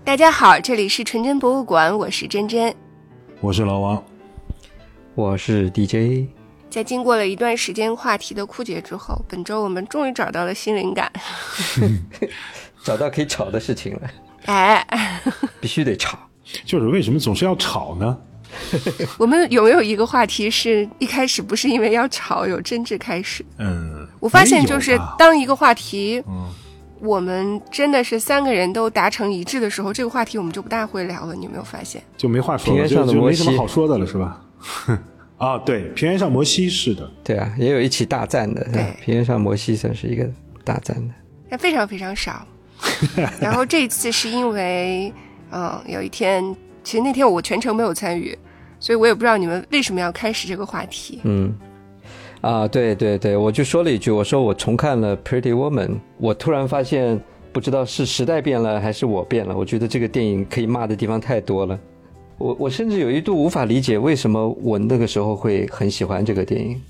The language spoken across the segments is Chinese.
大家好，这里是纯真博物馆，我是真真， 我是老王， 我是 DJ。 在经过了一段时间话题的枯竭之后，本周我们终于找到了新灵感找到可以吵的事情了。 哎， 必须得吵。 就是为什么总是要吵呢？ 我们有没有一个话题是一开始不是因为要吵有争执开始？我发现就是当一个话题我们真的是三个人都达成一致的时候，这个话题我们就不大会聊了，你有没有发现？ 就没话说了，就没什么好说的了，是吧？啊，对，平原上摩西是的， 对啊，也有一起大战的，对，平原上摩西算是一个大战的， 但非常非常少。然后这一次是因为有一天，其实那天我全程没有参与，所以我也不知道你们为什么要开始这个话题。 对对对，我就说了一句，我说我重看了 Pretty Woman， 我突然发现不知道是时代变了还是我变了，我觉得这个电影可以骂的地方太多了。我甚至有一度无法理解为什么我那个时候会很喜欢这个电影。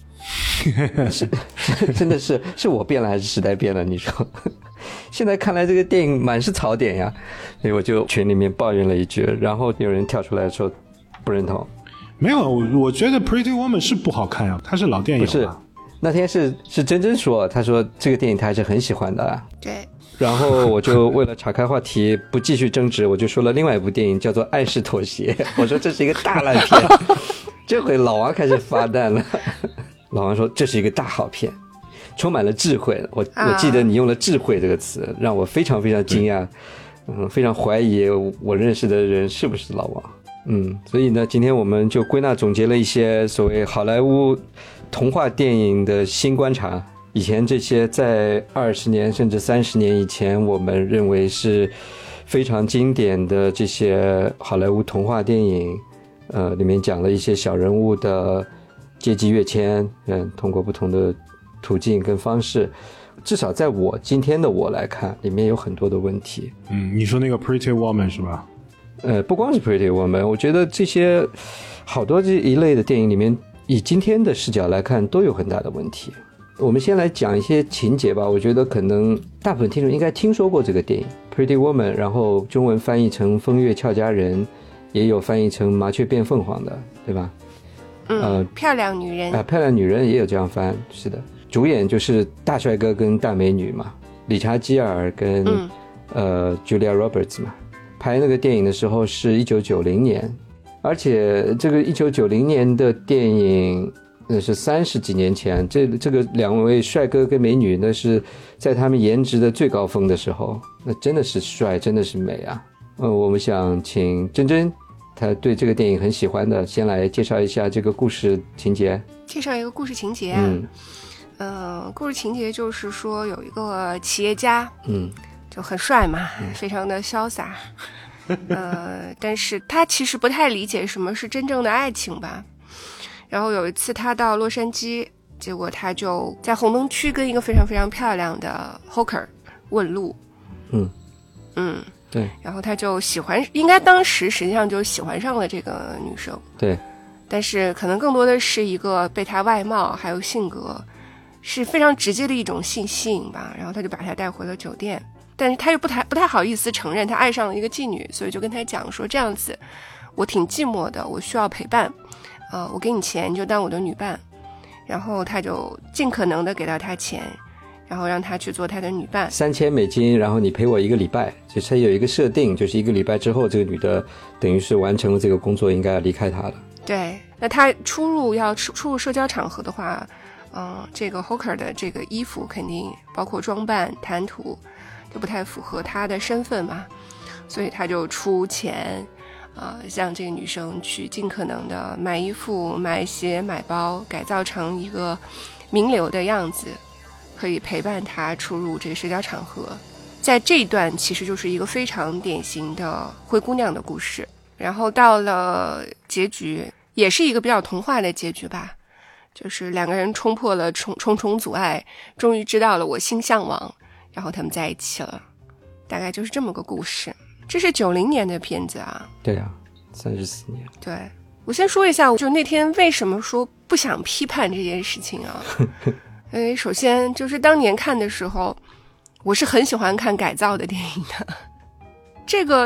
真的是我变了还是时代变了？你说现在看来这个电影满是槽点呀，所以我就群里面抱怨了一句，然后有人跳出来说不认同。 没有，我觉得 Pretty Woman 是不好看呀，它是老电影。 不是，那天是真真说，他说这个电影他还是很喜欢的啊。 对。 然后我就为了岔开话题不继续争执，我就说了另外一部电影叫做《爱是妥协》，我说这是一个大烂片。这回老王开始发弹了。老王说这是一个大好片，充满了智慧。我记得你用了智慧这个词，让我非常非常惊讶，非常怀疑我认识的人是不是老王。所以呢，今天我们就归纳总结了一些所谓好莱坞童话电影的新观察。以前这些在20年甚至30年以前我们认为是非常经典的这些好莱坞童话电影，里面讲了一些小人物的阶级跃迁，通过不同的途径跟方式，至少在今天的我来看，里面有很多的问题。 你说那个 Pretty Woman 是吧？ 不光是 Pretty Woman， 我觉得这些好多这一类的电影里面，以今天的视角来看，都有很大的问题。我们先来讲一些情节吧，我觉得可能大部分听众应该听说过这个电影 Pretty Woman， 然后中文翻译成风月俏佳人，也有翻译成麻雀变凤凰的，对吧？ 漂亮女人漂亮女人也有这样翻，是的。主演就是大帅哥跟大美女嘛，理查基尔跟Julia Roberts 嘛。拍那个电影的时候是1990年，而且这个1990年的电影那是30几年前，这个两位帅哥跟美女那是在他们颜值的最高峰的时候，那真的是帅，真的是美啊。我们想请真真，他对这个电影很喜欢的，先来介绍一下这个故事情节。 介绍一个故事情节啊。故事情节就是说有一个企业家，就很帅嘛，非常的潇洒。但是他其实不太理解什么是真正的爱情吧。然后有一次他到洛杉矶，结果他就在红灯区跟一个非常非常漂亮的 hooker 问路。 对。 然后他就应该当时实际上就喜欢上了这个女生。 对。 但是可能更多的是一个被她外貌还有性格是非常直接的一种性吸引吧。然后他就把她带回了酒店，但是他又不太好意思承认他爱上了一个妓女，所以就跟他讲说这样子我挺寂寞的，我需要陪伴，我给你钱你就当我的女伴。然后他就尽可能的给到他钱，然后让他去做他的女伴 ，$3000，然后你陪我1个礼拜，就是他有一个设定，就是1个礼拜之后这个女的等于是完成了这个工作，应该要离开他了。 对，那他出入社交场合的话，这个 hooker 的这个衣服肯定包括装扮谈吐就不太符合他的身份嘛，所以他就出钱让这个女生去尽可能的买衣服买鞋买包，改造成一个名流的样子，可以陪伴她出入这个社交场合。在这一段其实就是一个非常典型的灰姑娘的故事。然后到了结局也是一个比较童话的结局吧，就是两个人冲破了重重阻碍，终于知道了我心向往，然后他们在一起了，大概就是这么个故事。这是90年的片子啊。 对啊，34年。 对，我先说一下，就那天为什么说不想批判这件事情啊。因为首先就是当年看的时候，我是很喜欢看改造的电影的。这个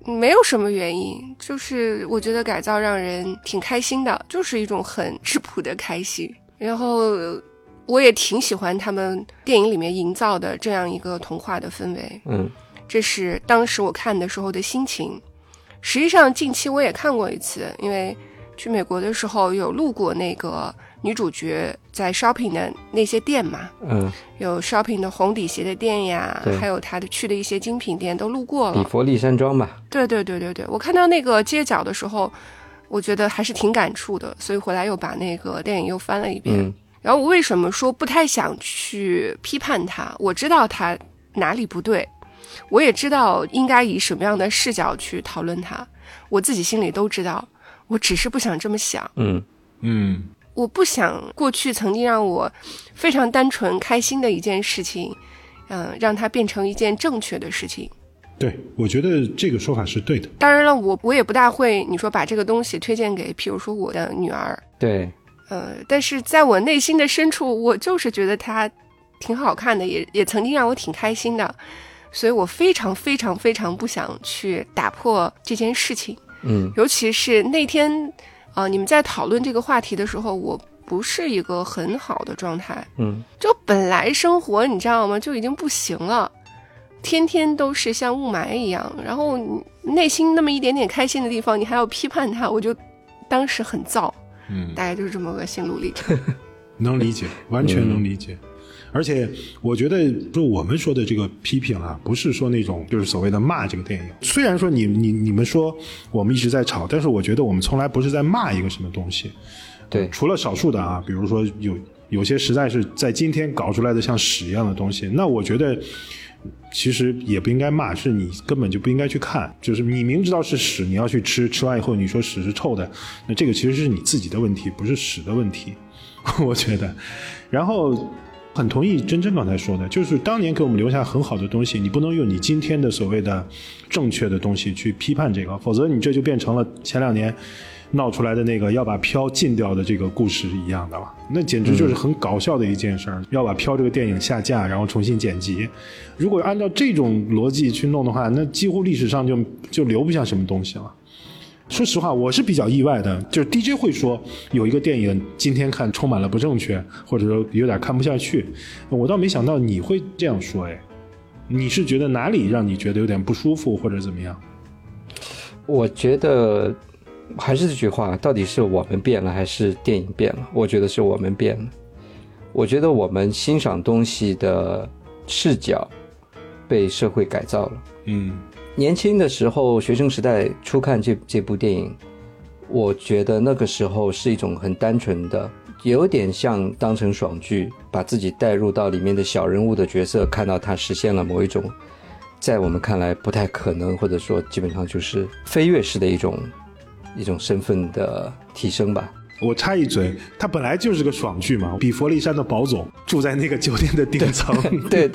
没有什么原因，就是我觉得改造让人挺开心的，就是一种很质朴的开心。然后我也挺喜欢他们电影里面营造的这样一个童话的氛围。这是当时我看的时候的心情。实际上近期我也看过一次，因为去美国的时候有路过那个女主角在 shopping 的那些店嘛，有 shopping 的红底鞋的店呀，还有她的去的一些精品店都路过了。 比佛利山庄吧。 对，我看到那个街角的时候，我觉得还是挺感触的，所以回来又把那个电影又翻了一遍。然后我为什么说不太想去批判它？我知道它哪里不对，我也知道应该以什么样的视角去讨论它，我自己心里都知道，我只是不想这么想。我不想过去曾经让我非常单纯开心的一件事情，让它变成一件正确的事情。 对，我觉得这个说法是对的。 当然了，我也不大会你说把这个东西推荐给譬如说我的女儿。 对， 但是在我内心的深处，我就是觉得它挺好看的，也曾经让我挺开心的，所以我非常非常非常不想去打破这件事情。尤其是那天你们在讨论这个话题的时候，我不是一个很好的状态。就本来生活你知道吗，就已经不行了，天天都是像雾霾一样，然后你内心那么一点点开心的地方你还要批判它，我就当时很燥。大概就是这么个心路历程。 能理解，完全能理解。而且我觉得就我们说的这个批评啊，不是说那种就是所谓的骂这个电影。虽然说你们说我们一直在吵，但是我觉得我们从来不是在骂一个什么东西。 对， 除了少数的啊，比如说有些实在是在今天搞出来的像屎一样的东西，那我觉得其实也不应该骂，是你根本就不应该去看。就是你明知道是屎，你要去吃，吃完以后你说屎是臭的，那这个其实是你自己的问题，不是屎的问题。我觉得，然后很同意真真刚才说的，就是当年给我们留下很好的东西，你不能用你今天的所谓的正确的东西去批判这个，否则你这就变成了前2年闹出来的那个要把飘禁掉的这个故事一样的了。那简直就是很搞笑的一件事儿，要把飘这个电影下架，然后重新剪辑。如果按照这种逻辑去弄的话，那几乎历史上就留不下什么东西了。说实话，我是比较意外的，就是 DJ 会说有一个电影今天看充满了不正确，或者说有点看不下去，我倒没想到你会这样说。你是觉得哪里让你觉得有点不舒服或者怎么样？ 我觉得还是这句话，到底是我们变了还是电影变了？我觉得是我们变了。我觉得我们欣赏东西的视角被社会改造了。年轻的时候，学生时代初看这部电影，我觉得那个时候是一种很单纯的，有点像当成爽剧，把自己带入到里面的小人物的角色，看到他实现了某一种在我们看来不太可能，或者说基本上就是飞跃式的一种身份的提升吧。 我插一嘴，它本来就是个爽剧嘛，比佛利山的宝总住在那个酒店的顶层。 对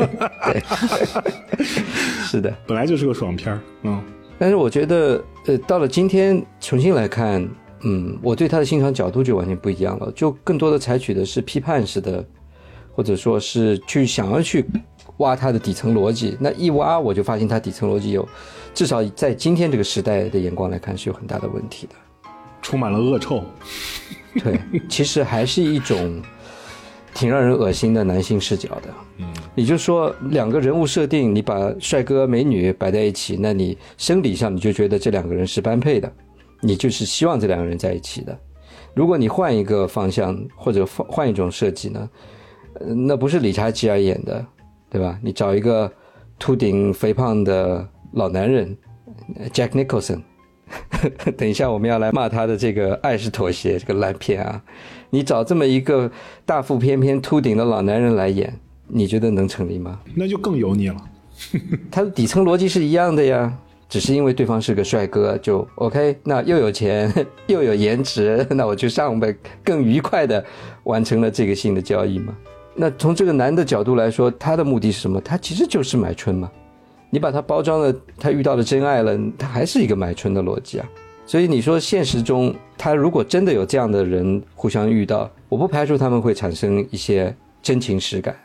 是的， 本来就是个爽片。 但是我觉得到了今天重新来看，我对他的欣赏角度就完全不一样了，就更多的采取的是批判式的，或者说是想要去挖他的底层逻辑。那一挖我就发现他底层逻辑至少在今天这个时代的眼光来看是有很大的问题的， 充满了恶臭。 对，其实还是一种挺让人恶心的男性视角的。你就说两个人物设定，你把帅哥美女摆在一起，那你生理上你就觉得这两个人是般配的，你就是希望这两个人在一起的。如果你换一个方向或者换一种设计呢，那不是理查基尔演的，对吧？你找一个秃顶肥胖的老男人 Jack Nicholson， 等一下我们要来骂他的这个《爱是妥协》这个烂片啊，你找这么一个大腹翩翩秃顶的老男人来演，你觉得能成立吗？ 那就更油腻了。 他的底层逻辑是一样的呀，只是因为对方是个帅哥就 OK， 那又有钱又有颜值，那我就上呗，更愉快的完成了这个性的交易嘛。那从这个男的角度来说，他的目的是什么？他其实就是买春嘛。你把他包装了，他遇到了真爱了，他还是一个买春的逻辑啊。所以你说现实中他如果真的有这样的人互相遇到，我不排除他们会产生一些真情实感，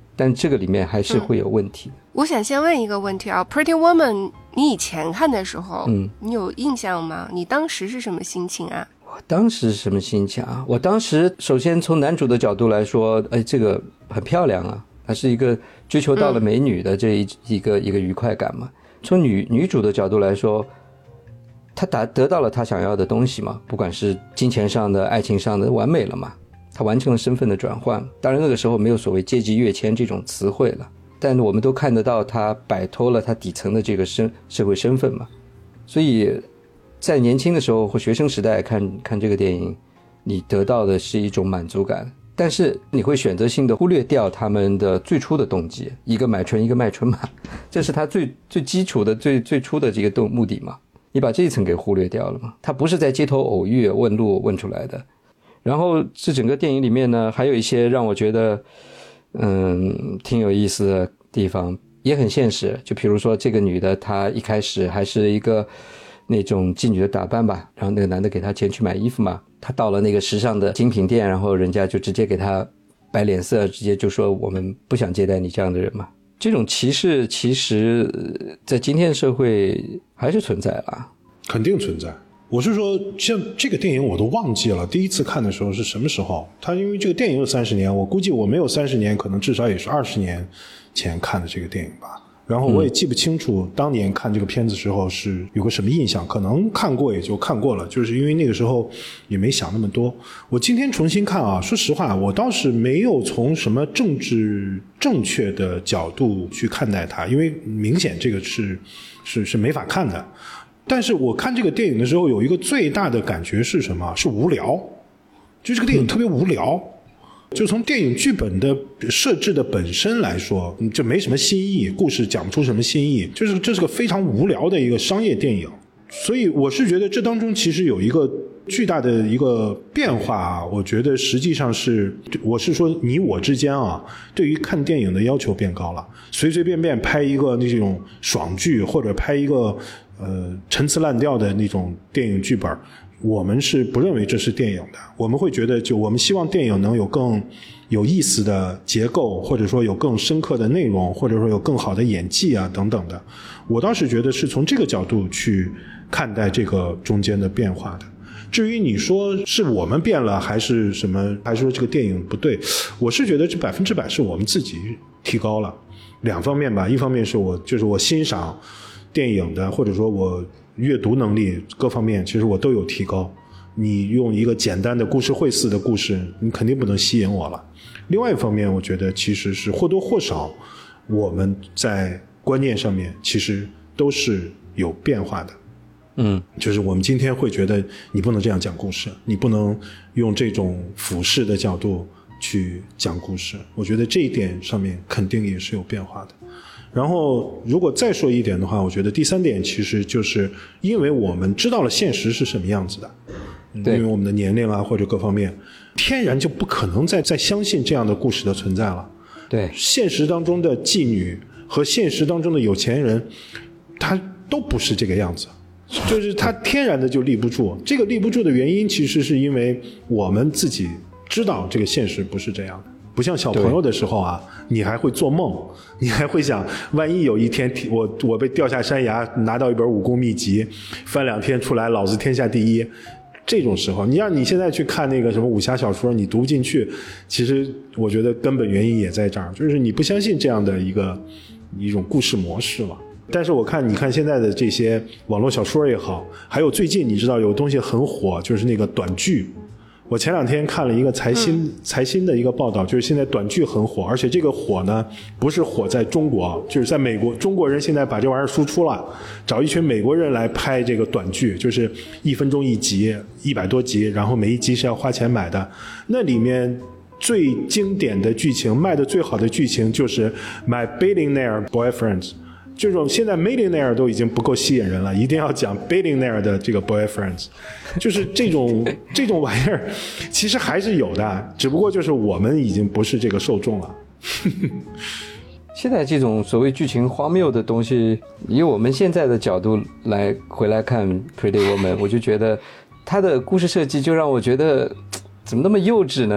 但这个里面还是会有问题。 我想先问一个问题啊 ，Pretty Woman， 你以前看的时候，你有印象吗？你当时是什么心情啊？ 我当时什么心情啊？我当时首先从男主的角度来说，这个很漂亮啊，它是一个追求到了美女的这一个愉快感嘛。从女主的角度来说，她得到了她想要的东西嘛，不管是金钱上的、爱情上的，完美了嘛。她完成了身份的转换，当然那个时候没有所谓阶级跃迁这种词汇了，但我们都看得到她摆脱了她底层的这个社会身份嘛。所以在年轻的时候或学生时代看这个电影，你得到的是一种满足感，但是你会选择性的忽略掉他们的最初的动机，一个买春一个卖春嘛，这是他最基础的最初的这个目的嘛，你把这一层给忽略掉了嘛，他不是在街头偶遇问路问出来的。然后这整个电影里面呢，还有一些让我觉得挺有意思的地方，也很现实。就比如说这个女的，她一开始还是一个那种妓女的打扮吧，然后那个男的给她钱去买衣服嘛，她到了那个时尚的精品店，然后人家就直接给她摆脸色，直接就说我们不想接待你这样的人嘛。这种歧视其实在今天社会还是存在了， 肯定存在。我是说像这个电影我都忘记了第一次看的时候是什么时候，它因为这个电影有30年，我估计我没有30年，可能至少也是20年前看的这个电影吧。然后我也记不清楚当年看这个片子时候是有个什么印象，可能看过也就看过了，就是因为那个时候也没想那么多。我今天重新看啊，说实话我倒是没有从什么政治正确的角度去看待它，因为明显这个是没法看的。但是我看这个电影的时候有一个最大的感觉是什么？是无聊。就这个电影特别无聊，就从电影剧本的设置的本身来说就没什么新意，故事讲不出什么新意，就是这是个非常无聊的一个商业电影。所以我是觉得这当中其实有一个巨大的一个变化，我觉得实际上是，我是说你我之间啊，对于看电影的要求变高了，随随便便拍一个那种爽剧，或者拍一个陈词滥调的那种电影剧本，我们是不认为这是电影的。我们会觉得就我们希望电影能有更有意思的结构，或者说有更深刻的内容，或者说有更好的演技啊等等的。我倒是觉得是从这个角度去看待这个中间的变化的。至于你说是我们变了还是什么，还是说这个电影不对，我是觉得这100%是我们自己提高了。两方面吧，一方面是我欣赏电影的，或者说我阅读能力各方面其实我都有提高。你用一个简单的故事会似的故事，你肯定不能吸引我了。另外一方面，我觉得其实是或多或少我们在观念上面其实都是有变化的。就是我们今天会觉得你不能这样讲故事，你不能用这种俯视的角度去讲故事，我觉得这一点上面肯定也是有变化的。然后如果再说一点的话，我觉得第三点其实就是因为我们知道了现实是什么样子的，因为我们的年龄啊或者各方面天然就不可能再相信这样的故事的存在了。 对， 现实当中的妓女和现实当中的有钱人他都不是这个样子，就是他天然的就立不住。这个立不住的原因其实是因为我们自己知道这个现实不是这样的。不像小朋友的时候啊，你还会做梦，你还会想万一有一天我被掉下山崖，拿到一本武功秘籍，翻2天出来老子天下第一，这种时候你让你现在去看那个什么武侠小说，你读不进去。其实我觉得根本原因也在这儿，就是你不相信这样的一种故事模式了。但是你看现在的这些网络小说也好，还有最近你知道有东西很火，就是那个短剧。我前2天看了一个财新的一个报道，就是现在短剧很火，而且这个火呢不是火在中国，就是在美国，中国人现在把这玩意儿输出了，找一群美国人来拍这个短剧，就是1分钟1集，100多集，然后每一集是要花钱买的。那里面最经典的剧情，卖的最好的剧情就是 My Billionaire Boyfriends。这种现在 millionaire 都已经不够吸引人了，一定要讲 billionaire 的这个 boyfriends， 就是这种玩意儿其实还是有的，只不过就是我们已经不是这个受众了。 现在这种所谓剧情荒谬的东西，以我们现在的角度回来看 Pretty Woman， 我就觉得它的故事设计就让我觉得怎么那么幼稚呢？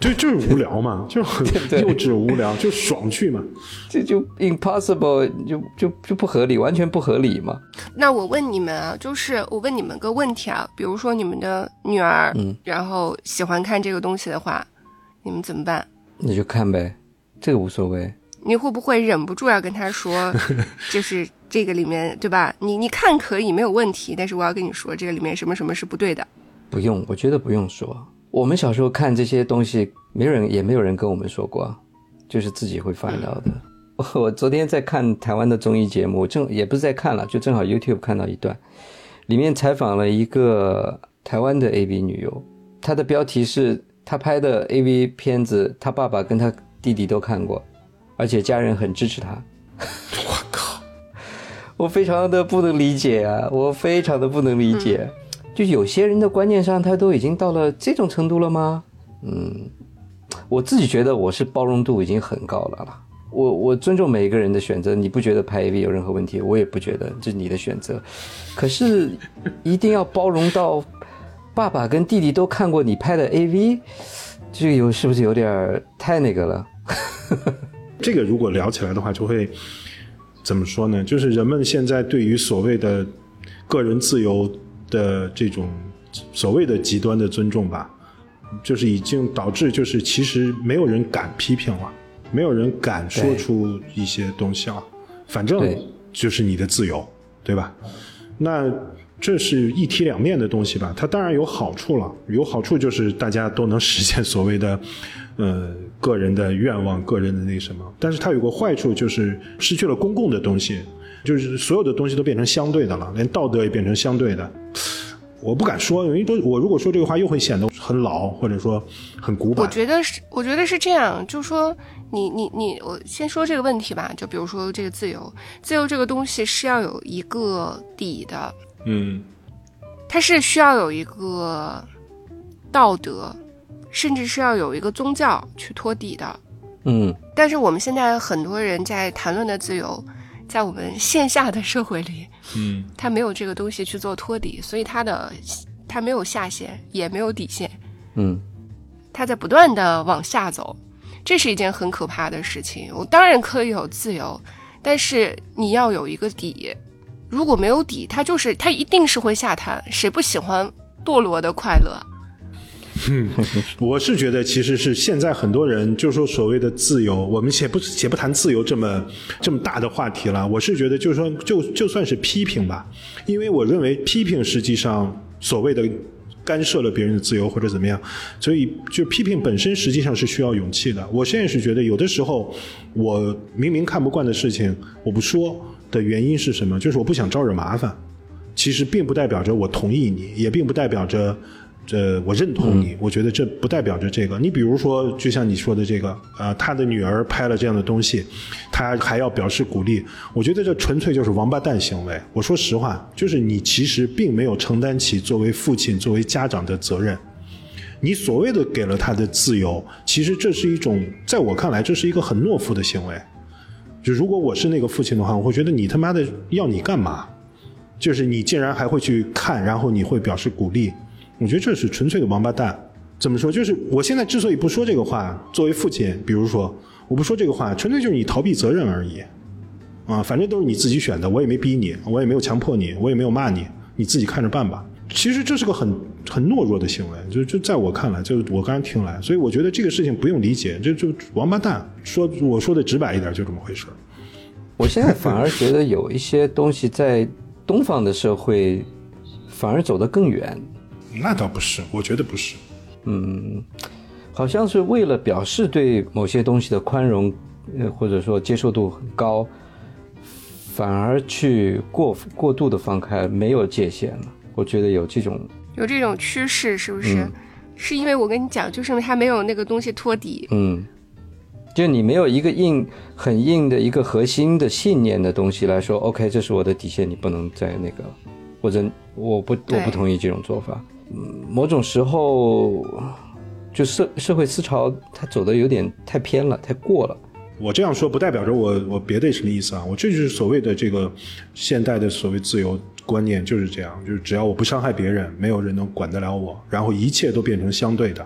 就是无聊嘛，就很幼稚无聊，就爽去嘛。 这就 impossible， 就不合理，完全不合理嘛。 那我问你们啊，就是我问你们个问题啊，比如说你们的女儿，然后喜欢看这个东西的话，你们怎么办？ 那就看呗，这个无所谓。 你会不会忍不住要跟她说，就是这个里面，对吧？你看可以没有问题，但是我要跟你说，这个里面什么什么是不对的。 不用，我觉得不用说。我们小时候看这些东西，没有人跟我们说过，就是自己会 find out 的。我昨天在看台湾的综艺节目，也不是在看了，就正好 YouTube 看到一段，里面采访了一个台湾的 AV 女优，她的标题是她拍的 AV 片子，她爸爸跟她弟弟都看过，而且家人很支持她。 我靠！ 我非常的不能理解啊，我非常的不能理解。就有些人的观念上，他都已经到了这种程度了吗？我自己觉得我是包容度已经很高了啦。我尊重每一个人的选择，你不觉得拍 AV 有任何问题，我也不觉得，这是你的选择。可是一定要包容到爸爸跟弟弟都看过你拍的 AV， 这个是不是有点太那个了？ 这个如果聊起来的话，就会怎么说呢？就是人们现在对于所谓的个人自由的这种所谓的极端的尊重吧，就是已经导致就是其实没有人敢批评了，没有人敢说出一些东西了，反正就是你的自由，对吧？那这是一体两面的东西吧，它当然有好处了，有好处就是大家都能实现所谓的个人的愿望，个人的那什么，但是它有个坏处，就是失去了公共的东西，就是所有的东西都变成相对的了，连道德也变成相对的。我不敢说，因为我如果说这个话又会显得很老，或者说很古板。 我觉得是这样，就是说我先说这个问题吧，就比如说这个自由这个东西是要有一个底的，它是需要有一个道德，甚至是要有一个宗教去托底的。但是我们现在很多人在谈论的自由，在我们线下的社会里，他没有这个东西去做托底，所以他没有下限，也没有底线，他在不断的往下走，这是一件很可怕的事情。我当然可以有自由，但是你要有一个底，如果没有底，他一定是会下探，谁不喜欢堕落的快乐？ 我是觉得其实是现在很多人就说所谓的自由，我们且不谈自由这么大的话题了。我是觉得就是说就算是批评吧，因为我认为批评实际上所谓的干涉了别人的自由或者怎么样，所以就批评本身实际上是需要勇气的。我现在是觉得有的时候我明明看不惯的事情我不说的原因是什么，就是我不想招惹麻烦，其实并不代表着我同意你，也并不代表着我认同你，我觉得这不代表着这个。你比如说就像你说的这个他的女儿拍了这样的东西，他还要表示鼓励，我觉得这纯粹就是王八蛋行为。我说实话，就是你其实并没有承担起作为父亲作为家长的责任，你所谓的给了他的自由，其实这是一种在我看来这是一个很懦夫的行为。就如果我是那个父亲的话，我会觉得你他妈的要你干嘛，就是你竟然还会去看，然后你会表示鼓励，我觉得这是纯粹的王八蛋。怎么说，就是我现在之所以不说这个话，作为父亲比如说我不说这个话，纯粹就是你逃避责任而已反正都是你自己选的，我也没逼你，我也没有强迫你，我也没有骂你，你自己看着办吧。其实这是个很懦弱的行为，就在我看来，就我刚才听来，所以我觉得这个事情不用理解，就王八蛋，我说的直白一点就这么回事。 我现在反而觉得有一些东西在东方的社会反而走得更远。 那倒不是，我觉得不是。 好像是为了表示对某些东西的宽容，或者说接受度很高，反而去过度的放开，没有界限了。我觉得有这种趋势，是不是？是因为我跟你讲，就是因为他没有那个东西托底。就你没有一个很硬的一个核心的信念的东西来说 ，OK， 这是我的底线，你不能再那个，或者我不同意这种做法。某种时候，就社会思潮它走的有点太偏了，太过了。 我这样说不代表着我别的什么意思啊，我这就是所谓的这个现代的所谓自由观念就是这样，就是只要我不伤害别人，没有人能管得了我，然后一切都变成相对的，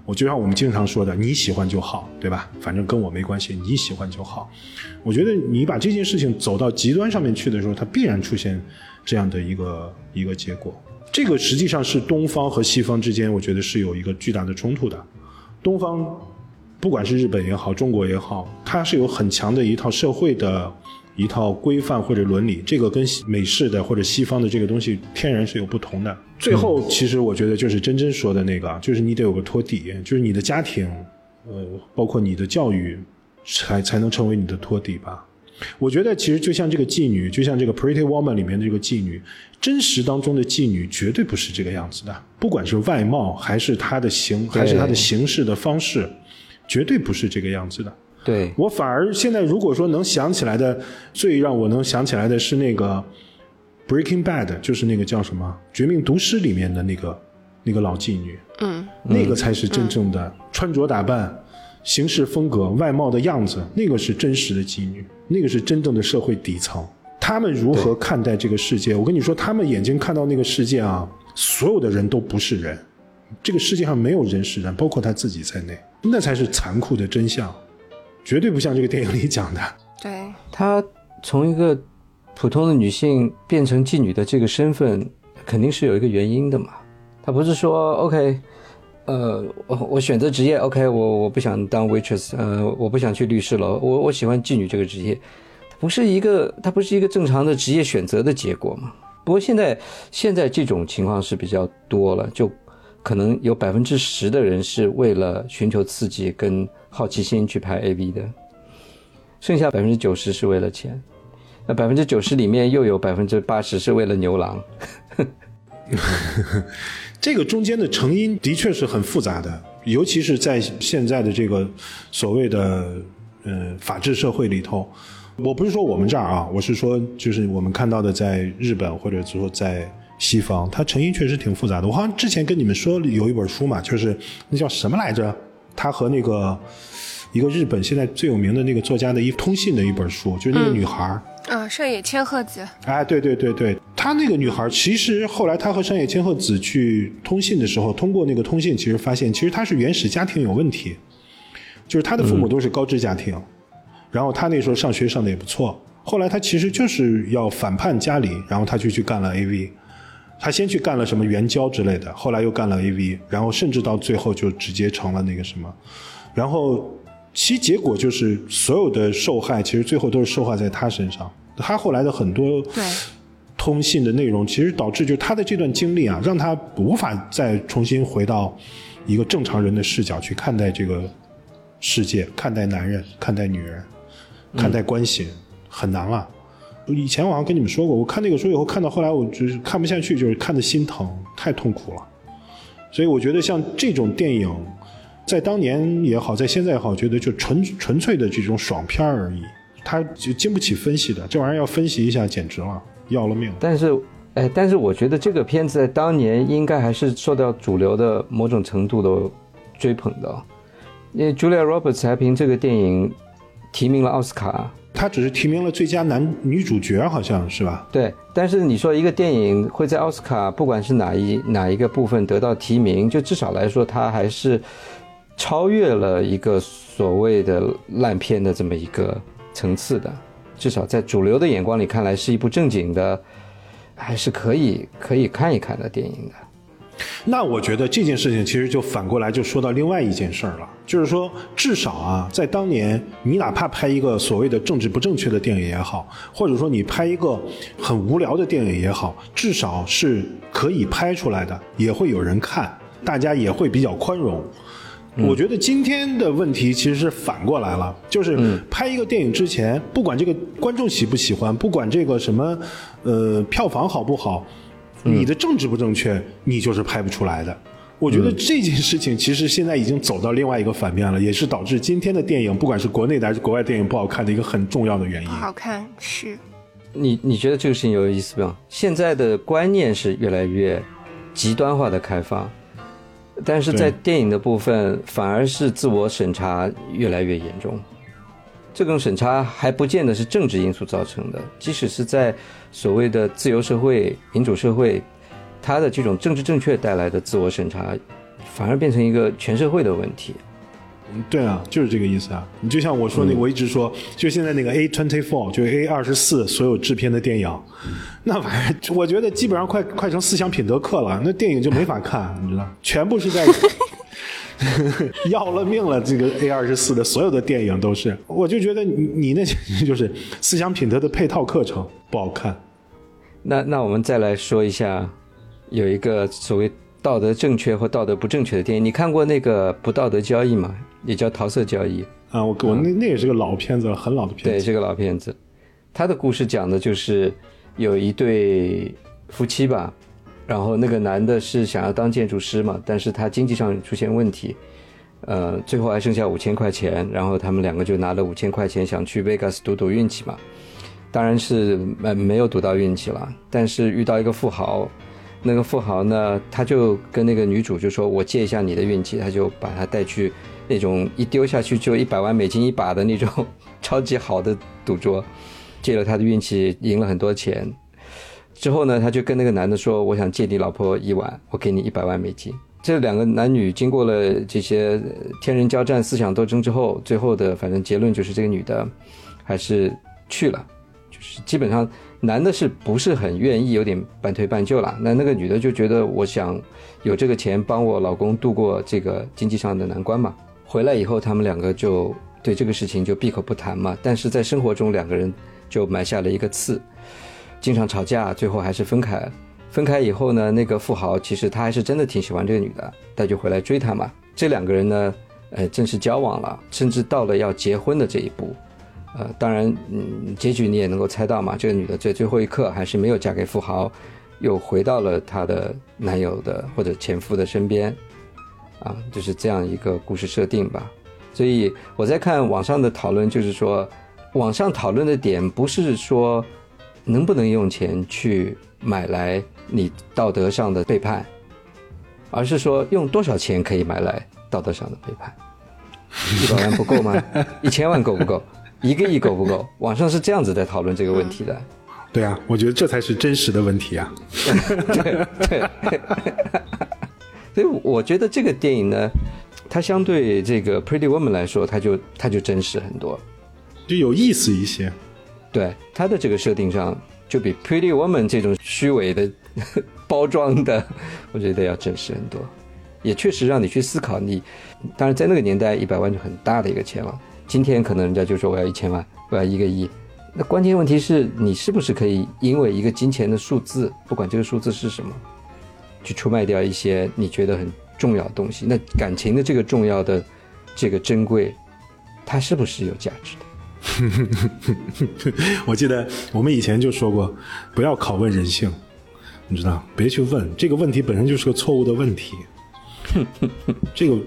我就像我们经常说的，你喜欢就好，对吧？反正跟我没关系，你喜欢就好。我觉得你把这件事情走到极端上面去的时候，它必然出现这样的一个结果。这个实际上是东方和西方之间，我觉得是有一个巨大的冲突的。东方不管是日本也好，中国也好，它是有很强的一套社会的一套规范或者伦理，这个跟美式的或者西方的这个东西天然是有不同的。最后其实我觉得就是真真说的那个，就是你得有个托底，就是你的家庭包括你的教育才能成为你的托底吧。我觉得其实就像这个妓女，就像这个 Pretty Woman 里面的这个妓女，真实当中的妓女绝对不是这个样子的，不管是外貌还是她的行事的方式，绝对不是这个样子的。 对，我反而现在如果说能想起来的，最让我能想起来的是那个 Breaking Bad， 就是那个叫什么绝命毒师里面的那个老妓女，那个才是真正的穿着打扮、行事风格、外貌的样子，那个是真实的妓女，那个是真正的社会底层。他们如何看待这个世界？我跟你说，他们眼睛看到那个世界啊，所有的人都不是人，这个世界上没有人是人，包括他自己在内，那才是残酷的真相。绝对不像这个电影里讲的。 对， 她从一个普通的女性变成妓女的这个身份，肯定是有一个原因的嘛。她不是说 OK， 我选择职业 OK， 我不想当 waitress， 我不想去律师楼，我喜欢妓女这个职业，它不是一个正常的职业选择的结果嘛。不过现在这种情况是比较多了，就可能有10%的人是为了寻求刺激跟好奇心去拍 AV 的，剩下90%是为了钱，那90%里面又有80%是为了牛郎。 这个中间的成因的确是很复杂的，尤其是在现在的这个所谓的法治社会里头。我不是说我们这儿啊，我是说就是我们看到的在日本或者说在西方，它成因确实挺复杂的。我好像之前跟你们说有一本书嘛，就是那叫什么来着，他和那个一个日本现在最有名的那个作家的通信的一本书，就是那个女孩上野千鹤子。 哎，对对对对，她那个女孩其实后来她和上野千鹤子去通信的时候，通过那个通信其实发现其实她是原始家庭有问题，就是她的父母都是高知家庭，然后她那时候上学上的也不错，后来她其实就是要反叛家里，然后她就去干了 AV。他先去干了什么援交之类的，后来又干了 AV， 然后甚至到最后就直接成了那个什么，然后其结果就是所有的受害其实最后都是受害在他身上。他后来的很多通信的内容其实导致就是他的这段经历啊，让他无法再重新回到一个正常人的视角去看待这个世界，看待男人，看待女人，看待关系，很难了。以前我好像跟你们说过，我看那个书以后看到后来我就是看不下去，就是看得心疼，太痛苦了。所以我觉得像这种电影在当年也好，在现在也好，我觉得就纯粹的这种爽片而已，它就经不起分析的，这玩意儿要分析一下简直了，要了命。 但是我觉得这个片子在当年应该还是受到主流的某种程度的追捧的，因为 Julia Roberts 还凭这个电影提名了奥斯卡， 他只是提名了最佳女主角，好像是吧？ 对，但是你说一个电影会在奥斯卡不管是哪一个部分得到提名，就至少来说它还是超越了一个所谓的烂片的这么一个层次的，至少在主流的眼光里看来是一部正经的，还是可以看一看的电影的。 那我觉得这件事情其实就反过来就说到另外一件事儿了，就是说至少啊，在当年你哪怕拍一个所谓的政治不正确的电影也好，或者说你拍一个很无聊的电影也好，至少是可以拍出来的，也会有人看，大家也会比较宽容。我觉得今天的问题其实是反过来了，就是拍一个电影之前，不管这个观众喜不喜欢，不管这个什么票房好不好，你的政治不正确，你就是拍不出来的。我觉得这件事情其实现在已经走到另外一个反面了，也是导致今天的电影不管是国内的还是国外电影不好看的一个很重要的原因。 不好看是。 你觉得这个事情有意思吗？现在的观念是越来越极端化的开放，但是在电影的部分反而是自我审查越来越严重。这种审查还不见得是政治因素造成的，即使是在所谓的自由社会、民主社会，它的这种政治正确带来的自我审查反而变成一个全社会的问题。 对啊，就是这个意思啊。你就像我说那个，我一直说，就现在那个 A24，就是 A24所有制片的电影，那玩意儿，我觉得基本上快成思想品德课了。那电影就没法看，你知道，全部是在要了命了。这个 A24的所有的电影都是，我就觉得你那就是思想品德的配套课程，不好看。 那我们再来说一下，有一个所谓道德正确或道德不正确的电影，你看过那个不道德交易吗？也叫桃色交易啊，我那也是个老片子了，很老的片子。 对，是个老片子。他的故事讲的就是有一对夫妻吧，然后那个男的是想要当建筑师嘛，但是他经济上出现问题，最后还剩下5000块钱，然后他们两个就拿了5000块钱想去 Vegas 赌运气嘛，当然是没有赌到运气了，但是遇到一个富豪。那个富豪呢，他就跟那个女主就说，我借一下你的运气，他就把他带去那种一丢下去就$100万一把的那种超级好的赌桌，借了他的运气，赢了很多钱。之后呢，他就跟那个男的说，我想借你老婆1晚，我给你$100万。这两个男女经过了这些天人交战、思想斗争之后，最后的反正结论就是这个女的还是去了，就是基本上男的是不是很愿意，有点半推半就了。那个女的就觉得我想有这个钱帮我老公度过这个经济上的难关嘛。回来以后他们两个就对这个事情就闭口不谈嘛，但是在生活中两个人就埋下了一个刺，经常吵架，最后还是分开。分开以后呢，那个富豪其实他还是真的挺喜欢这个女的，他就回来追她嘛。这两个人呢正式交往了，甚至到了要结婚的这一步。当然结局你也能够猜到嘛，这个女的在最后一刻还是没有嫁给富豪，又回到了她的男友的或者前夫的身边啊，就是这样一个故事设定吧。所以我在看网上的讨论，就是说网上讨论的点不是说能不能用钱去买来你道德上的背叛，而是说用多少钱可以买来道德上的背叛。100万不够吗？1000万够不够？1个亿够不够？网上是这样子在讨论这个问题的。 对啊，我觉得这才是真实的问题啊。 对，所以我觉得这个电影呢，它相对这个 Pretty Woman 来说，它就真实很多， 就有意思一些。 对，它的这个设定上就比 Pretty Woman 这种虚伪的包装的，我觉得要真实很多，也确实让你去思考。你当然在那个年代100万就很大的一个钱了。今天可能人家就说我要1000万，我要1个亿。那关键问题是你是不是可以因为一个金钱的数字，不管这个数字是什么，去出卖掉一些你觉得很重要的东西。那感情的这个重要的这个珍贵，它是不是有价值的？ 我记得我们以前就说过，不要拷问人性，你知道，别去问，这个问题本身就是个错误的问题。这个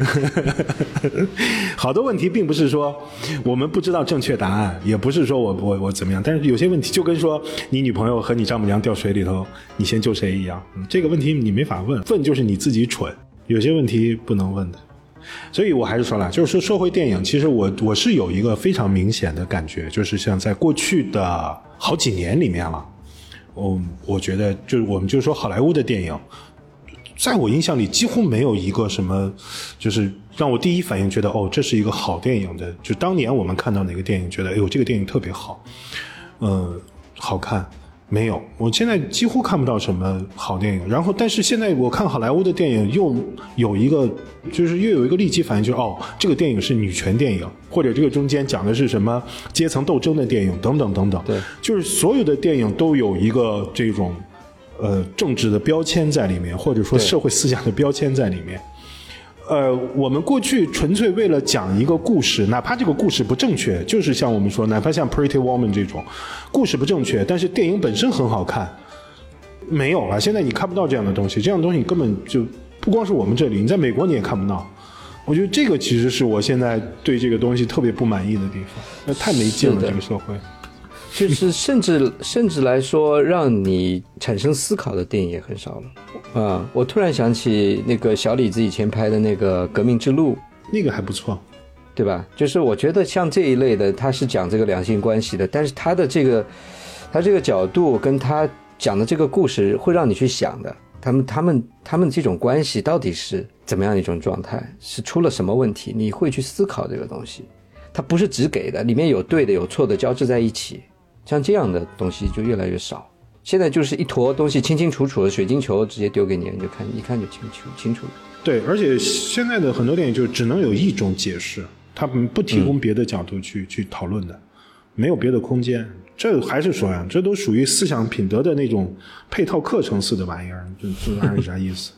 好多问题并不是说我们不知道正确答案，也不是说我怎么样，但是有些问题就跟说你女朋友和你丈母娘掉水里头，你先救谁一样，这个问题你没法问，问就是你自己蠢，有些问题不能问的。所以我还是说了，就是说回电影，其实我是有一个非常明显的感觉，就是像在过去的好几年里面了，我觉得就是我们就说好莱坞的电影，在我印象里几乎没有一个什么就是让我第一反应觉得这是一个好电影的，就当年我们看到哪个电影觉得这个电影特别好好看，没有，我现在几乎看不到什么好电影。然后但是现在我看好莱坞的电影又有一个立即反应，就是这个电影是女权电影，或者这个中间讲的是什么阶层斗争的电影等等等等。 对， 就是所有的电影都有一个这种政治的标签在里面，或者说社会思想的标签在里面。我们过去纯粹为了讲一个故事，哪怕这个故事不正确，就是像我们说，哪怕像 Pretty Woman 这种故事不正确，但是电影本身很好看，没有了。现在你看不到这样的东西，这样的东西根本就不光是我们这里，你在美国你也看不到。我觉得这个其实是我现在对这个东西特别不满意的地方，那太没劲了，这个社会。 就是甚至来说，让你产生思考的电影也很少了啊！我突然想起那个小李子以前拍的那个《革命之路》， 那个还不错， 对吧？就是我觉得像这一类的，他是讲这个两性关系的，但是他这个角度跟他讲的这个故事会让你去想的， 他们这种关系到底是怎么样一种状态，是出了什么问题，你会去思考这个东西。它不是只给的，里面有对的有错的交织在一起，像这样的东西就越来越少。现在就是一坨东西清清楚楚的水晶球直接丢给你，你就看一看就清楚了。 对，而且现在的很多电影就只能有一种解释，他们不提供别的角度去讨论的，没有别的空间。这还是说呀，这都属于思想品德的那种配套课程似的玩意儿，这玩意儿有啥意思？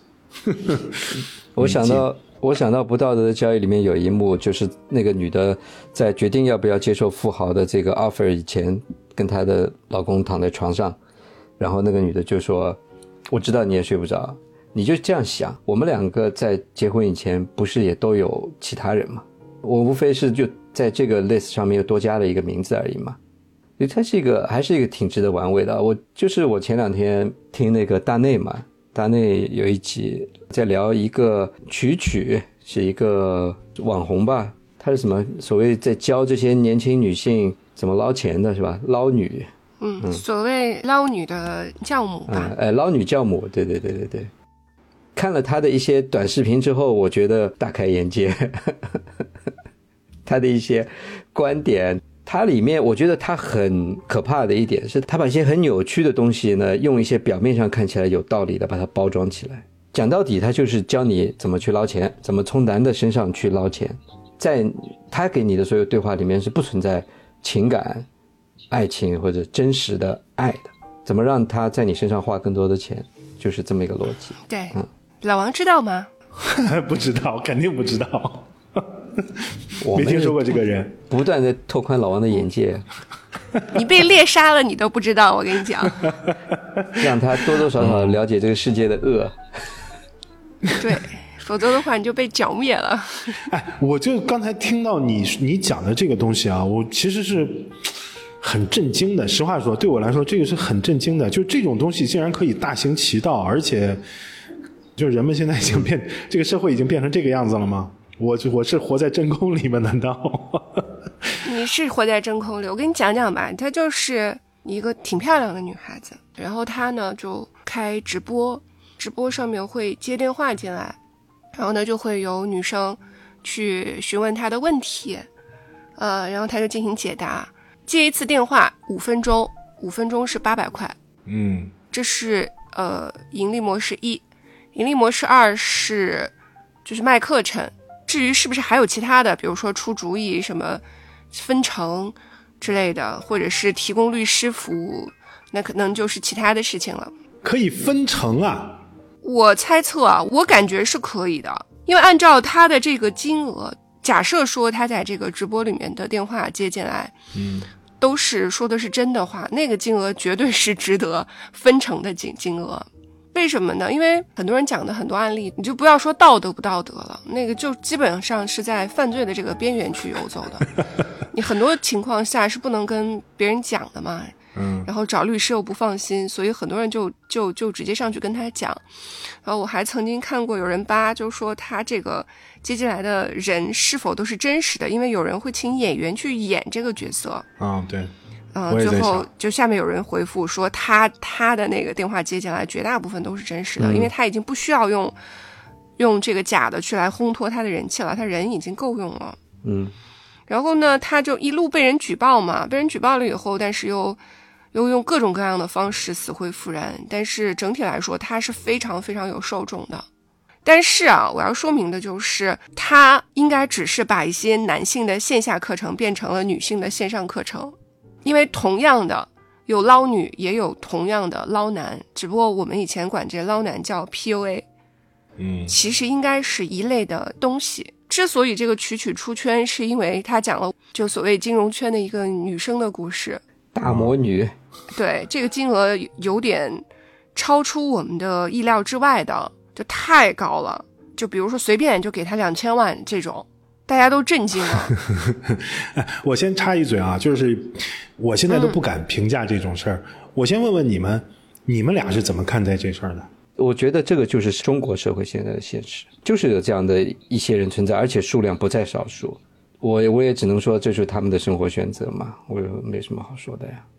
我想到不道德的交易里面有一幕，就是那个女的在决定要不要接受富豪的这个 offer 以前，跟她的老公躺在床上，然后那个女的就说，我知道你也睡不着，你就这样想，我们两个在结婚以前不是也都有其他人吗？我无非是就在这个 list 上面又多加了一个名字而已嘛。所以它还是一个挺值得玩味的。我前两天听那个大内嘛，大内有一集在聊一个曲是一个网红吧，他是什么所谓在教这些年轻女性怎么捞钱的是吧？捞女， 所谓捞女的教母吧， 捞女教母，对。看了他的一些短视频之后，我觉得大开眼界，他的一些观点。它里面我觉得它很可怕的一点是，它把一些很扭曲的东西呢，用一些表面上看起来有道理的把它包装起来。讲到底，它就是教你怎么去捞钱，怎么从男的身上去捞钱。在他给你的所有对话里面是不存在情感、爱情或者真实的爱的。怎么让他在你身上花更多的钱，就是这么一个逻辑。 对，老王知道吗？ 不知道，肯定不知道。没听说过这个人， 不断的拓宽老王的眼界。 你被猎杀了，你都不知道，我跟你讲。 让他多多少少了解这个世界的恶。 对，否则的话你就被剿灭了。 我就刚才听到你讲的这个东西啊，我其实是很震惊的。实话说，对我来说，这个是很震惊的。就这种东西竟然可以大行其道，而且就人们现在已经这个社会已经变成这个样子了吗？我是活在真空里面，难道？ 你是活在真空里。我跟你讲讲吧，她就是一个挺漂亮的女孩子，然后她呢就开直播上面会接电话进来，然后呢就会有女生去询问她的问题，然后她就进行解答。接一次电话5分钟，5分钟是800块。这是盈利模式1，盈利模式2是就是卖课程。至于是不是还有其他的，比如说出主意什么分成之类的，或者是提供律师服务，那可能就是其他的事情了。 可以分成啊？ 我猜测啊，我感觉是可以的，因为按照他的这个金额，假设说他在这个直播里面的电话接进来，都是说的是真的话，那个金额绝对是值得分成的金额。为什么呢？因为很多人讲的很多案例，你就不要说道德不道德了，那个就基本上是在犯罪的这个边缘去游走的。你很多情况下是不能跟别人讲的嘛，然后找律师又不放心，所以很多人就直接上去跟他讲。然后我还曾经看过有人扒，就说他这个接进来的人是否都是真实的，因为有人会请演员去演这个角色。 对。 最后就下面有人回复说他的那个电话接进来绝大部分都是真实的，因为他已经不需要用这个假的去来烘托他的人气了，他人已经够用了。然后呢他就一路被人举报嘛，被人举报了以后，但是又用各种各样的方式死灰复燃，但是整体来说他是非常非常有受众的。但是啊，我要说明的就是他应该只是把一些男性的线下课程变成了女性的线上课程，因为同样的有捞女也有同样的捞男，只不过我们以前管这捞男叫 PUA， 其实应该是一类的东西。之所以这个曲出圈，是因为他讲了就所谓金融圈的一个女生的故事， 大魔女。 对，这个金额有点超出我们的意料之外的，就太高了，就比如说随便就给他2000万这种，大家都震惊了。 我先插一嘴啊，就是我现在都不敢评价这种事儿。我先问问你们俩是怎么看待这事儿的？ 我觉得这个就是中国社会现在的现实，就是有这样的一些人存在，而且数量不在少数。我也只能说这是他们的生活选择嘛，我没什么好说的呀。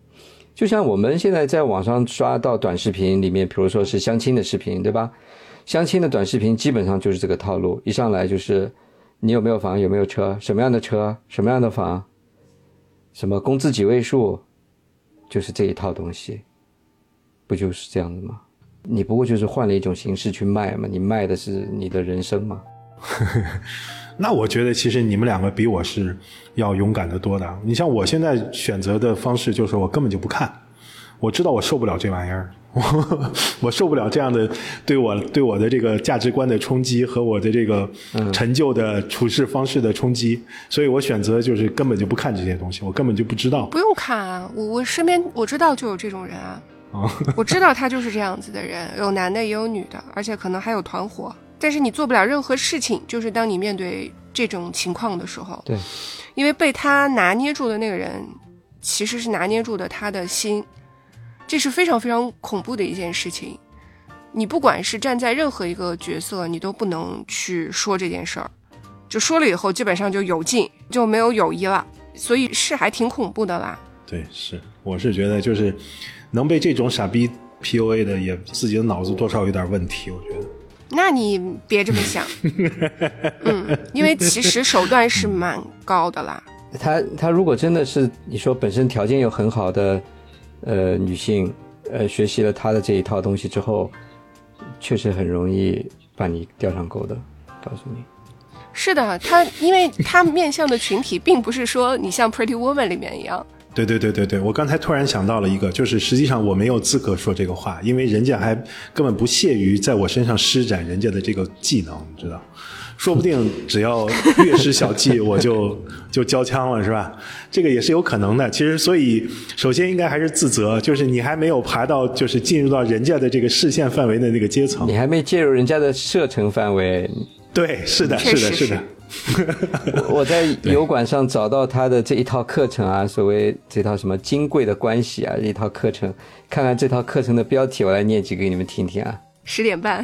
就像我们现在在网上刷到短视频里面，比如说是相亲的视频，对吧？相亲的短视频基本上就是这个套路，一上来就是你有没有房，有没有车，什么样的车，什么样的房，什么工资几位数，就是这一套东西，不就是这样的吗？你不过就是换了一种形式去卖嘛，你卖的是你的人生嘛。 那我觉得其实你们两个比我是要勇敢得多的。你像我现在选择的方式就是我根本就不看，我知道我受不了这玩意儿，我受不了这样的对我的这个价值观的冲击和我的这个陈旧的处事方式的冲击，所以我选择就是根本就不看这些东西，我根本就不知道。 不用看啊，我身边我知道就有这种人啊，我知道他就是这样子的人，有男的也有女的，而且可能还有团伙。但是你做不了任何事情，就是当你面对这种情况的时候， 对， 因为被他拿捏住的那个人其实是拿捏住的他的心，这是非常非常恐怖的一件事情。你不管是站在任何一个角色，你都不能去说这件事儿，就说了以后基本上就有劲，就没有友谊了，所以是还挺恐怖的啦。 对，是，我是觉得就是能被这种傻逼 PUA 的，也自己的脑子多少有点问题，我觉得。 那你别这么想因为其实手段是蛮高的啦。 他如果真的是你说本身条件又很好的女性，学习了他的这一套东西之后，确实很容易把你钓上钩的，告诉你。 是的，因为他面向的群体并不是说你像 Pretty Woman 里面一样。 对，我刚才突然想到了一个，就是实际上我没有资格说这个话，因为人家还根本不屑于在我身上施展人家的这个技能，你知道，说不定只要略施小计我就交枪了，是吧？这个也是有可能的。其实所以首先应该还是自责，就是你还没有爬到就是进入到人家的这个视线范围的那个阶层， 你还没介入人家的射程范围。 对，是的。我在油管上找到他的这一套课程啊，所谓这套什么金贵的关系啊，这套课程，看看这套课程的标题，我来念几个给你们听听啊。 10点半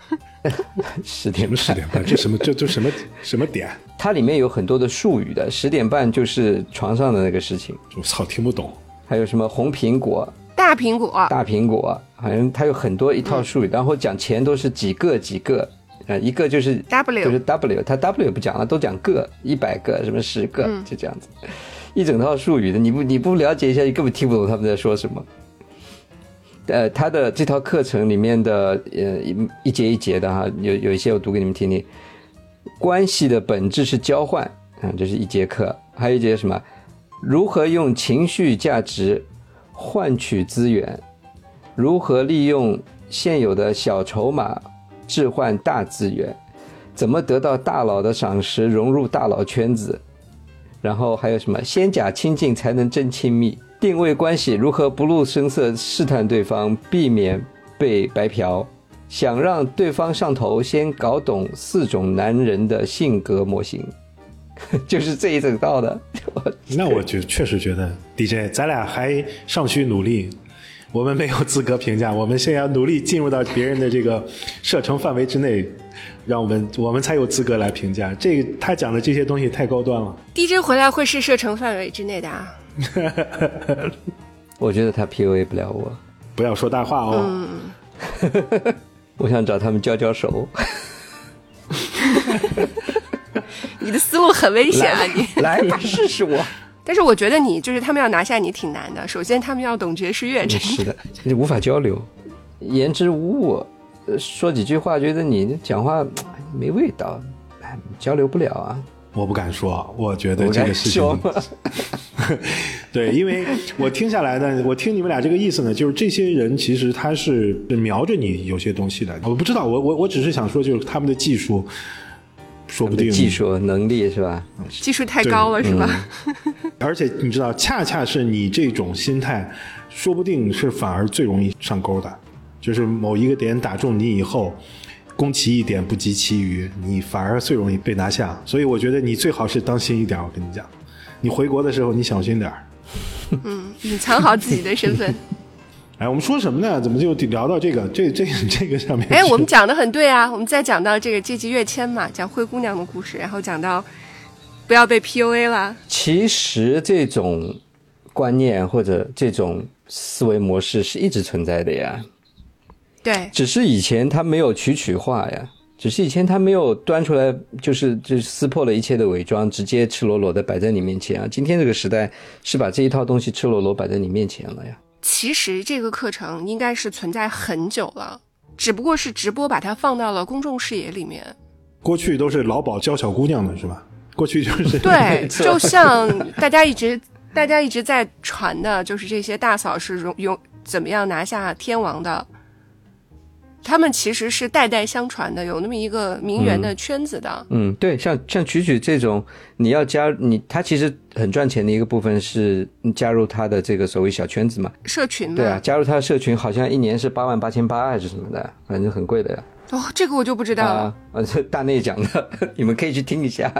10点半， 10点半，这什么这什么点？ 它里面有很多的术语的，10点半就是床上的那个事情， 我操，听不懂。 还有什么红苹果、 大苹果， 好像它有很多一套术语，然后讲钱都是几个。一个就是 W， 就是 W， 他 W 不讲了，都讲个，100个什么10个，就这样子，一整套术语的，你不了解一下，你根本听不懂他们在说什么。他的这套课程里面的一节一节的哈，有一些我读给你们听听。关系的本质是交换，这是一节课，还有一节什么？如何用情绪价值换取资源？如何利用现有的小筹码置换大资源，怎么得到大佬的赏识，融入大佬圈子，然后还有什么先假亲近才能真亲密，定位关系，如何不露声色试探对方，避免被白嫖，想让对方上头，先搞懂4种男人的性格模型，就是这一整套的。 那我确实觉得 DJ 咱俩还尚需努力，我们没有资格评价，我们现在要努力进入到别人的这个射程范围之内，让我们才有资格来评价。这个他讲的这些东西太高端了。 DJ 回来会是射程范围之内的啊。 我觉得他 PUA 不了我。 不要说大话哦。 我想找他们交手。 你的思路很危险啊，你来吧，试试我。 但是我觉得你就是他们要拿下你挺难的。首先他们要懂爵士乐， 是的，你无法交流，言之无物，说几句话觉得你讲话没味道，交流不了啊。 我不敢说，我觉得这个事情对，因为我听下来呢，我听你们俩这个意思呢，就是这些人其实他是瞄着你有些东西的。我不知道，我只是想说，就是他们的技术说不定技术能力是吧？ 技术太高了是吧？ 而且你知道，恰恰是你这种心态，说不定是反而最容易上钩的。就是某一个点打中你以后，攻其一点不及其余，你反而最容易被拿下。所以我觉得你最好是当心一点，我跟你讲，你回国的时候你小心点。 隐藏好自己的身份。 哎，我们说什么呢？怎么就聊到这个上面？ 哎，我们讲的很对啊，我们再讲到这个阶级跃迁嘛，讲灰姑娘的故事，然后讲到不要被 PUA 了。 其实这种观念或者这种思维模式是一直存在的呀。 对， 只是以前他没有曲化呀，只是以前他没有端出来，就是撕破了一切的伪装，直接赤裸裸的摆在你面前啊。今天这个时代是把这一套东西赤裸裸摆在你面前了呀。 其实这个课程应该是存在很久了，只不过是直播把它放到了公众视野里面。 过去都是老鸨教小姑娘的是吧？过去就是对，就像大家一直在传的，就是这些大嫂是怎么样拿下天王的。他们其实是代代相传的，有那么一个名媛的圈子的。 对，像曲曲这种，你要他其实很赚钱的一个部分是加入他的这个所谓小圈子嘛， 社群嘛。 对啊，加入他的社群好像一年是88800还是什么的，反正很贵的呀。 哦，这个我就不知道了。 这大内讲的，你们可以去听一下。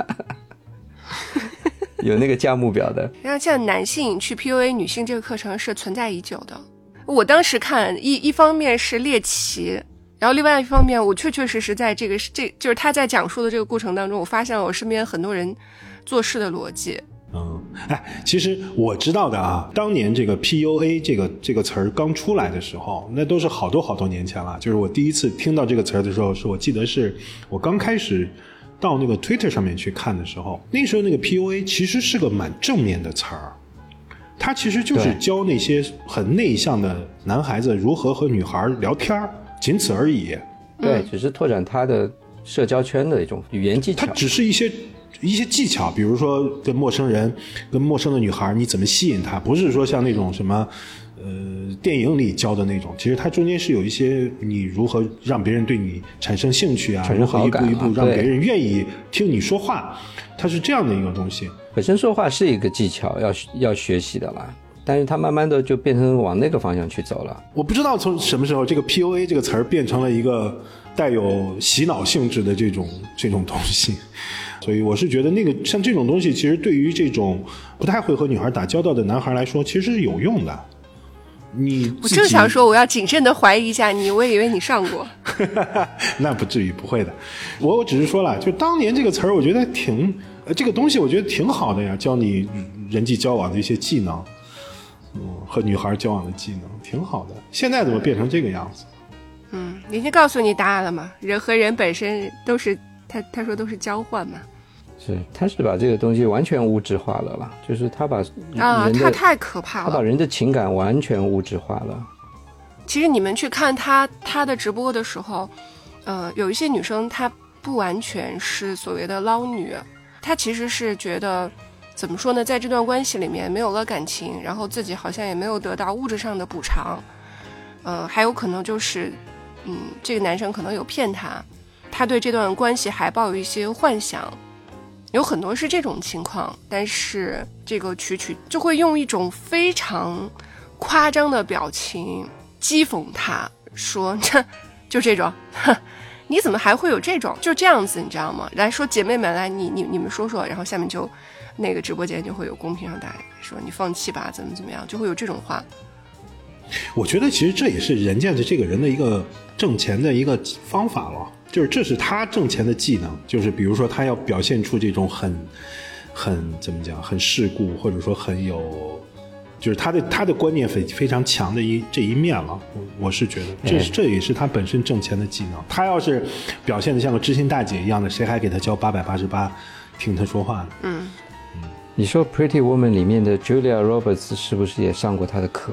有那个价目表的。 然后像男性去 PUA 女性这个课程是存在已久的。我当时看一方面是猎奇，然后另外一方面我确实在这就是他在讲述的这个过程当中，我发现了我身边很多人做事的逻辑。 其实我知道的啊，当年这个 PUA 这个词儿刚出来的时候，那都是好多年前了。就是我第一次听到这个词儿的时候，是我记得是我刚开始到那个 Twitter 上面去看的时候，那时候那个 PUA 其实是个蛮正面的词儿，它其实就是教那些很内向的男孩子如何和女孩聊天，仅此而已。 对，只是拓展他的社交圈的一种语言技巧。 它只是一些技巧，比如说跟陌生人、跟陌生的女孩你怎么吸引她，不是说像那种什么电影里教的那种，其实它中间是有一些你如何让别人对你产生兴趣啊，如何一步一步让别人愿意听你说话，它是这样的一个东西。 本身说话是一个技巧，要学习的啦，但是它慢慢的就变成往那个方向去走了。 我不知道从什么时候这个 PUA 这个词儿变成了一个带有洗脑性质的这种东西，所以我是觉得那个像这种东西其实对于这种不太会和女孩打交道的男孩来说其实是有用的。 我正想说我要谨慎的怀疑一下你，我以为你上过。 那不至于，不会的。我只是说了，就当年这个词儿我觉得这个东西我觉得挺好的呀，教你人际交往的一些技能，和女孩交往的技能挺好的。现在怎么变成这个样子？ 人家告诉你答案了嘛，人和人本身都是他说都是交换嘛。 是，他是把这个东西完全物质化了啦，就是他把他太可怕了， 他把人的情感完全物质化了。 其实你们去看他的直播的时候，有一些女生她不完全是所谓的捞女，她其实是觉得怎么说呢，在这段关系里面没有了感情，然后自己好像也没有得到物质上的补偿，还有可能就是这个男生可能有骗他对这段关系还抱有一些幻想，有很多是这种情况。但是这个曲就会用一种非常夸张的表情讥讽他，说就这种你怎么还会有这种，就这样子，你知道吗？来说姐妹们来，你们说说，然后下面就那个直播间就会有公屏上打说你放弃吧，怎么样，就会有这种话。 我觉得其实这也是人家的这个人的一个挣钱的一个方法了，就是这是他挣钱的技能，就是比如说他要表现出这种很怎么讲，很世故，或者说很有，就是他的观念非常强的这一面了。我是觉得这也是他本身挣钱的技能。他要是表现得像个知心大姐一样的，谁还给他交888听他说话呢？ 你说 Pretty Woman 里面的 Julia Roberts 是不是也上过他的课？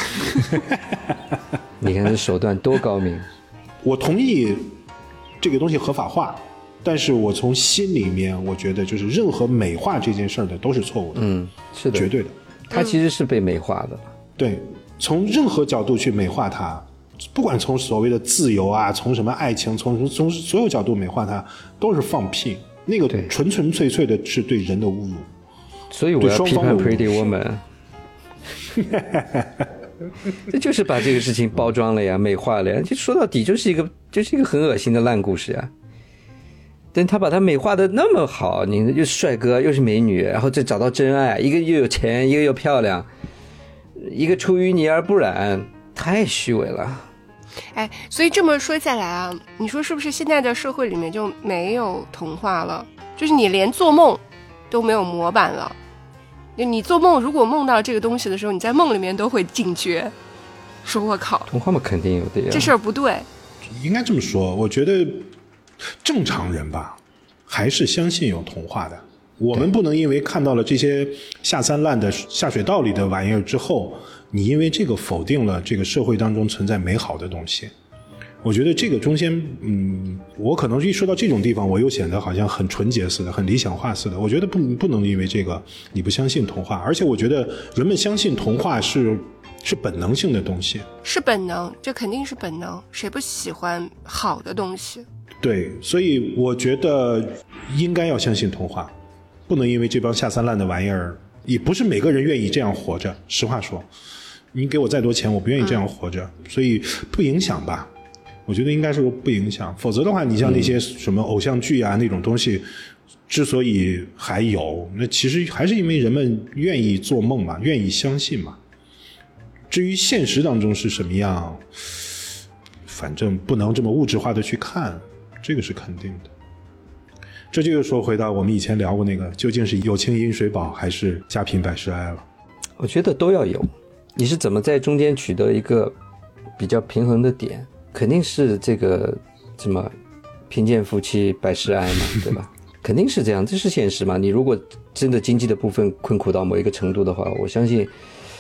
你看这手段多高明。 我同意这个东西合法化，但是我从心里面我觉得就是任何美化这件事的都是错误的。 是的， 绝对的。 他其实是被美化的。 对，从任何角度去美化它，不管从所谓的自由啊，从什么爱情，从所有角度美化它，都是放屁。那个纯粹的是对人的侮辱。 所以我要批判 Pretty Woman。这就是把这个事情包装了呀，美化了呀，就说到底就是一个很恶心的烂故事呀。但他把它美化的那么好，你又是帅哥又是美女，然后再找到真爱，一个又有钱，一个又漂亮，一个出淤泥而不染，太虚伪了。 所以这么说下来啊，你说是不是现在的社会里面就没有童话了？就是你连做梦都没有模板了。 你做梦如果梦到这个东西的时候，你在梦里面都会警觉，说我靠， 童话嘛肯定有的呀， 这事儿不对。 应该这么说，我觉得正常人吧，还是相信有童话的。我们不能因为看到了这些下三滥的下水道里的玩意儿之后，你因为这个否定了这个社会当中存在美好的东西。我觉得这个中间，我可能一说到这种地方，我又显得好像很纯洁似的，很理想化似的。我觉得不能因为这个你不相信童话，而且我觉得人们相信童话是本能性的东西， 是本能，这肯定是本能，谁不喜欢好的东西？ 对，所以我觉得应该要相信童话，不能因为这帮下三滥的玩意儿，也不是每个人愿意这样活着。实话说，你给我再多钱，我不愿意这样活着，所以不影响吧。我觉得应该是不影响，否则的话，你像那些什么偶像剧啊那种东西，之所以还有，那其实还是因为人们愿意做梦嘛，愿意相信嘛。至于现实当中是什么样，反正不能这么物质化的去看，这个是肯定的。这就又说回到我们以前聊过那个，究竟是有情饮水饱还是家贫百事哀了？ 我觉得都要有。你是怎么在中间取得一个比较平衡的点？肯定是这个什么贫贱夫妻百事哀嘛，对吧？肯定是这样，这是现实嘛。你如果真的经济的部分困苦到某一个程度的话，我相信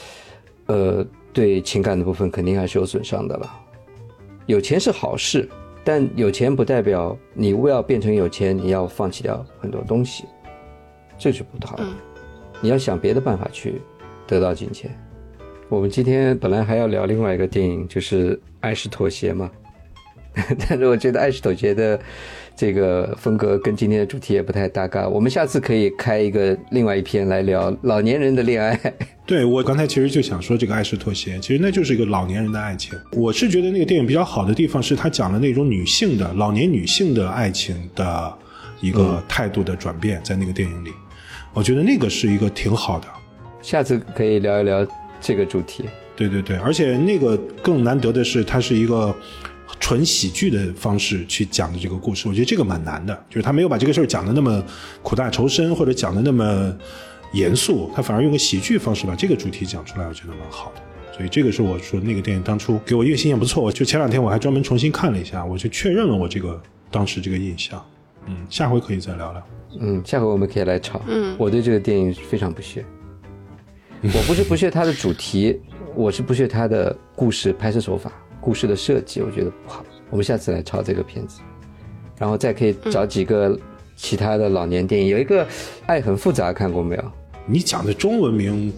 对情感的部分肯定还是有损伤的了。有钱是好事，但有钱不代表你为了变成有钱你要放弃掉很多东西，这是不好的。你要想别的办法去得到金钱。我们今天本来还要聊另外一个电影，就是《爱是妥协》嘛，但是我觉得《爱是妥协》的这个风格跟今天的主题也不太搭嘎。我们下次可以开另外一篇来聊老年人的恋爱。 对，我刚才其实就想说这个《爱是妥协》，其实那就是一个老年人的爱情。我是觉得那个电影比较好的地方是它讲了那种老年女性的爱情的一个态度的转变，在那个电影里，我觉得那个是一个挺好的。 下次可以聊一聊这个主题。 对对对，而且那个更难得的是它是一个纯喜剧的方式去讲的这个故事，我觉得这个蛮难的，就是他没有把这个事儿讲的那么苦大仇深，或者讲的那么严肃，他反而用个喜剧方式把这个主题讲出来，我觉得蛮好的。所以这个是我说那个电影当初给我印象不错，就前两天我还专门重新看了一下，我就确认了我这个当时这个印象。下回可以再聊聊。 下回我们可以来吵。我对这个电影非常不屑。我不是不屑它的主题，我是不屑它的故事拍摄手法、故事的设计，我觉得不好。我们下次来抄这个片子，然后再可以找几个其他的老年电影。有一个《爱很复杂》，看过没有？ 你讲的中文名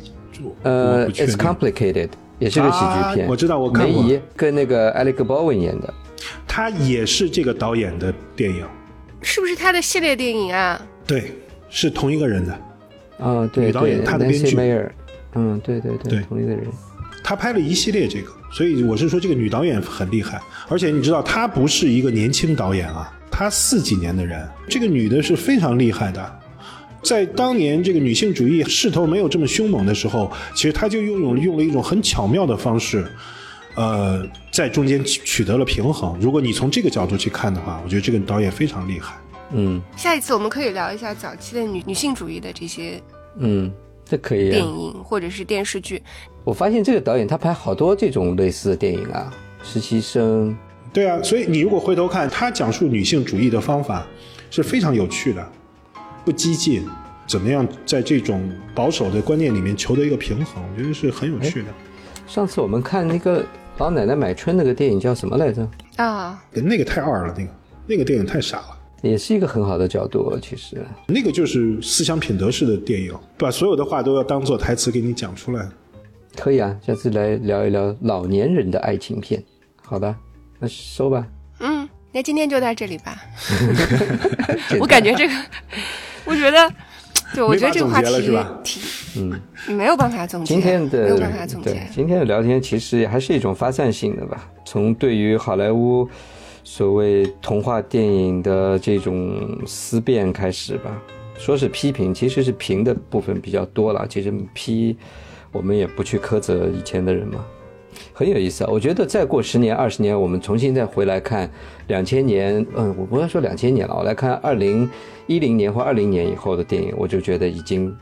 ，It's Complicated， 也是个喜剧片。 我知道，我看过。 梅姨跟那个 Alec Baldwin 演的， 他也是这个导演的电影， 是不是他的系列电影啊？ 对，是同一个人的。 对， 女导演，他的编剧。 对，同一个人。 他拍了一系列这个，所以我是说这个女导演很厉害，而且你知道她不是一个年轻导演啊，她40几年的人，这个女的是非常厉害的。在当年这个女性主义势头没有这么凶猛的时候，其实她就用了一种很巧妙的方式，在中间取得了平衡。如果你从这个角度去看的话，我觉得这个导演非常厉害。 下一次我们可以聊一下早期的女性主义的这些这可以电影或者是电视剧。 我发现这个导演他拍好多这种类似的电影啊，实习生。 对啊，所以你如果回头看他讲述女性主义的方法是非常有趣的，不激进，怎么样在这种保守的观念里面求得一个平衡，我觉得是很有趣的。 上次我们看那个老奶奶买春那个电影叫什么来着？ 那个太二了，那个电影太傻了。 也是一个很好的角度，其实那个就是思想品德式的电影，把所有的话都要当做台词给你讲出来。 可以啊，下次来聊一聊老年人的爱情片。好吧，那收吧。 那今天就到这里吧。我感觉这个，我觉得这个话题没有办法总结。没有办法总结。 今天的聊天其实还是一种发散性的吧，从对于好莱坞所谓童话电影的这种思辨开始吧，说是批评，其实是评的部分比较多了。其实批，我们也不去苛责以前的人嘛，很有意思啊。我觉得再过10年、20年，我们重新再回来看2000年，我不要说2000年了，我来看2010年或20年以后的电影，我就觉得已经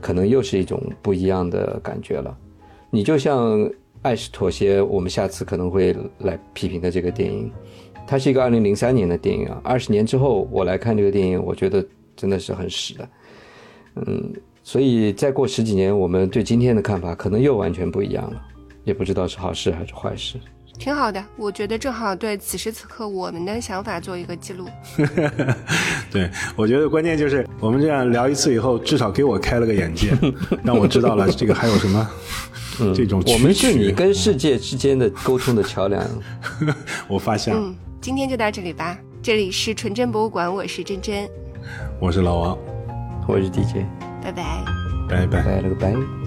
可能又是一种不一样的感觉了。你就像爱是妥协，我们下次可能会来批评的这个电影，它是一个2003年的电影啊，20年之后我来看这个电影，我觉得真的是很屎的。所以再过10几年，我们对今天的看法可能又完全不一样了，也不知道是好事还是坏事。 挺好的，我觉得正好对此时此刻我们的想法做一个记录。 对，我觉得关键就是我们这样聊一次以后，至少给我开了个眼界，让我知道了这个还有什么这种我们是你跟世界之间的沟通的桥梁。 我发现了。 今天就到这里吧。这里是纯真博物馆，我是真真， 我是老王， 我是 DJ， 拜拜， 拜拜， 拜了个拜。